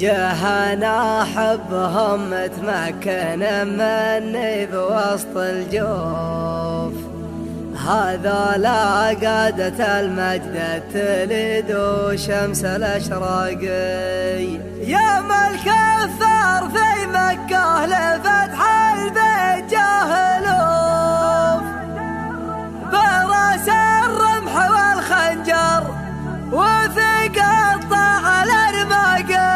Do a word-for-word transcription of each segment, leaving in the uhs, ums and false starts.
جهنا حبهم متمكن مني بوسط الجوف، هذولا قادة المجد تلد وشمس الأشراقي. يوم الكفار في مكة لفتح البيت جاهلوف، براس الرمح والخنجر وثق الطاع الأرماقي.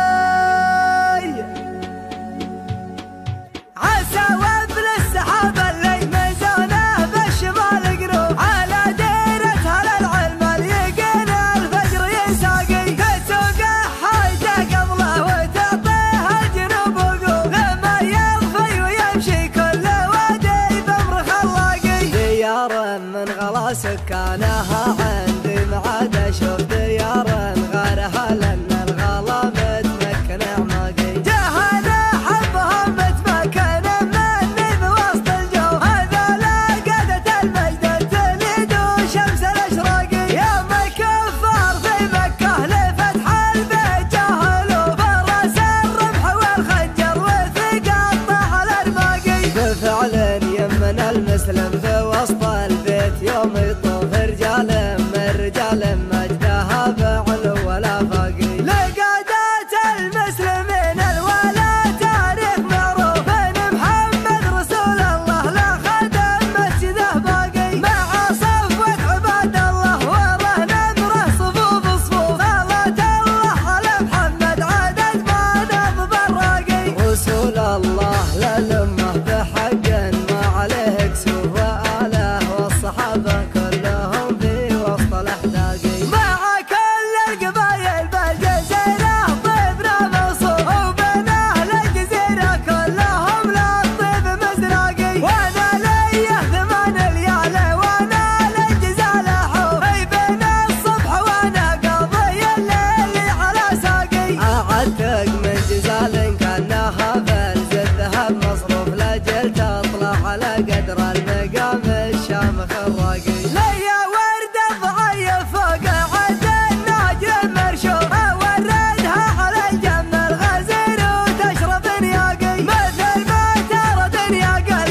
عسى وابن السحاب اللي ميزانه بالشمال قروب، على ديرة هل العلم اليقين الفجر يساقي. تسوق حاجة قبله وتعطيه الجنوب وقوف، لما يضفي ويمشي كل وادي بأمر خلاقي. ديار من غلا سكانها عندي معاد اشوف، ديار غيرها لان الغلا متمكن اعماقي. جهنا حبهم متمكن مني بوسط الجو، هذولا قادة المجد تلد وشمس الاشراقي. يوم الكفار في مكة لفتح البيت جاهلوا، براس الرمح والخنجر وثق الطاع الارماقي. بفعل يمن المسلم بوسط البيت يوم يطوف، رجال من رجال مجدها بعلو ولا فاقي. لقادات المسلمين الولا تاريخ معروف، ان محمد رسول الله لا خدم مسجده باقي. مع صفوة عباد الله وراه نمره صفوف صفوف، صلاة الله على محمد عدد ما نض براقي. رسول الله للأمة بحق ما عليه كسوف، وآله والصحابة كلهم في وسط الأحداقي. مع كل القبايل بالجزيرة طيبنا مصوف، وبين أهل الجزيرة كلهم للطيب مزراقي. وأنا ليه ثمان ليالي وأنا للجزال أحوف، في بين الصبح وأنا قاضي الليل على ساقي. أعتق من جزال كأنها فلز الذهب مصروف، لأجل تطلع على قدر المقام الشامخ الراقي. ليا ورد الضعيف فوق عد الناجر مرشوف، أوردها على الجم الغزير وتشرب نياقي. مثل ما ترى دنيا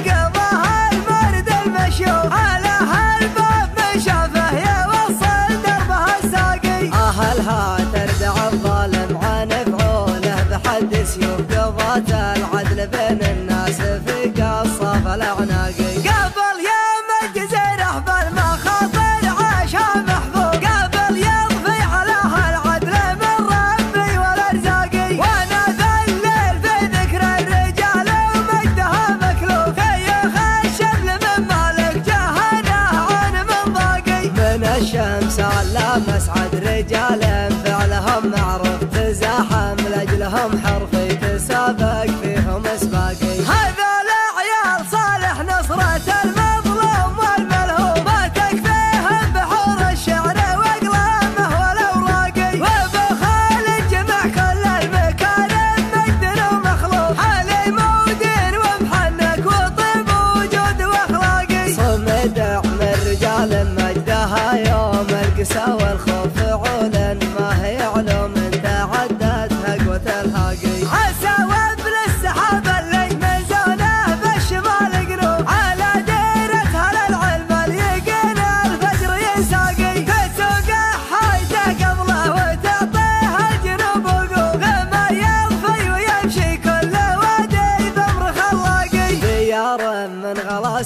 قلقضها المرد المشوف، على هالباب من شافه يوصل دربها الساقي. أهلها تردع الظالم عن فعوله بحد سيوف، قضت العدل بين الناس في قصف الأعناقي. قبل يوم الجزيرة بالمخاطر عاشها محفوظ، قبل يضفي عليها العدل من ربي والأرزاقي. وانا ذا الليل في ذكر الرجال ومجدها مكلوف، شيخ الشمل من مالك جهنا عن من ضاقي. من الشمس على مسعد رجال فعلهم معروف، تزاحم لأجلهم حرفي تسابق فيهم اسباقي. هذولا عيال صالح نصرة المظلوم والملهوم، ما تكفيهم بحور الشعر واقلامه والاوراقي. وبخال الجمع كل المكارم مجد ومخلوق، علي مودين ومحنك وطيب وجود واخلاقي. صمد من رجال مجدها يوم القسا والخوف، عولا ما هي علوم تعدت هقوة الهاقي. عسى وابن السحاب اللي ميزانه بالشمال قروب، على ديرة هل العلم اليقين الفجر يساقي. تسوق حاجة قبله وتعطيه الجنوب وقوف، لما يضفي ويمشي كل وادي بأمر خلاقي. ديار من غلا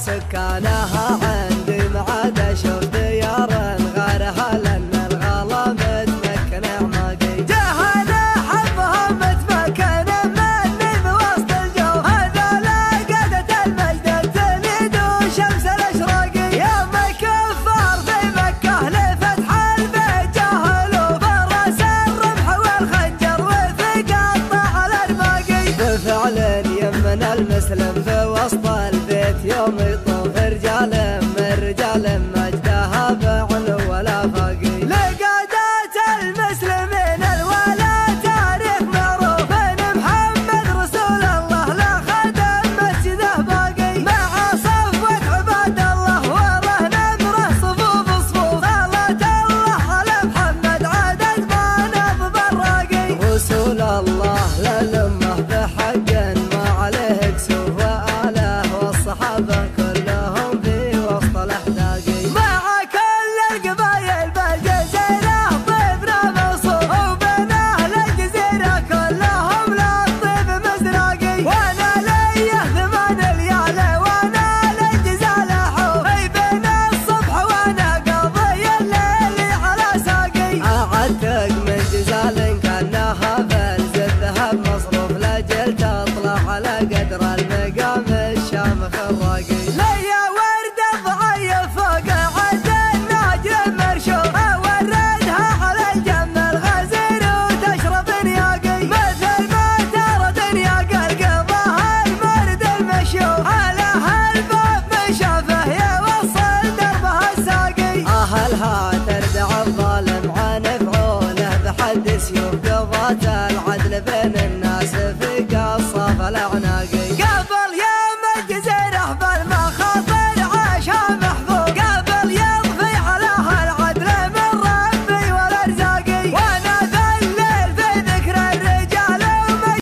سكانها عندي معاد اشوف، ديار غيرها لان الغلا متمكن اعماقي. جهنا حبهم متمكن مني بوسط الجو، هذولا قادة المجد تلد وشمس الاشراقي. يوم الكفار في مكة لفتح البيت جاهلوا، براس الرمح والخنجر وثق الطاع الارماقي. بفعل يمن المسلم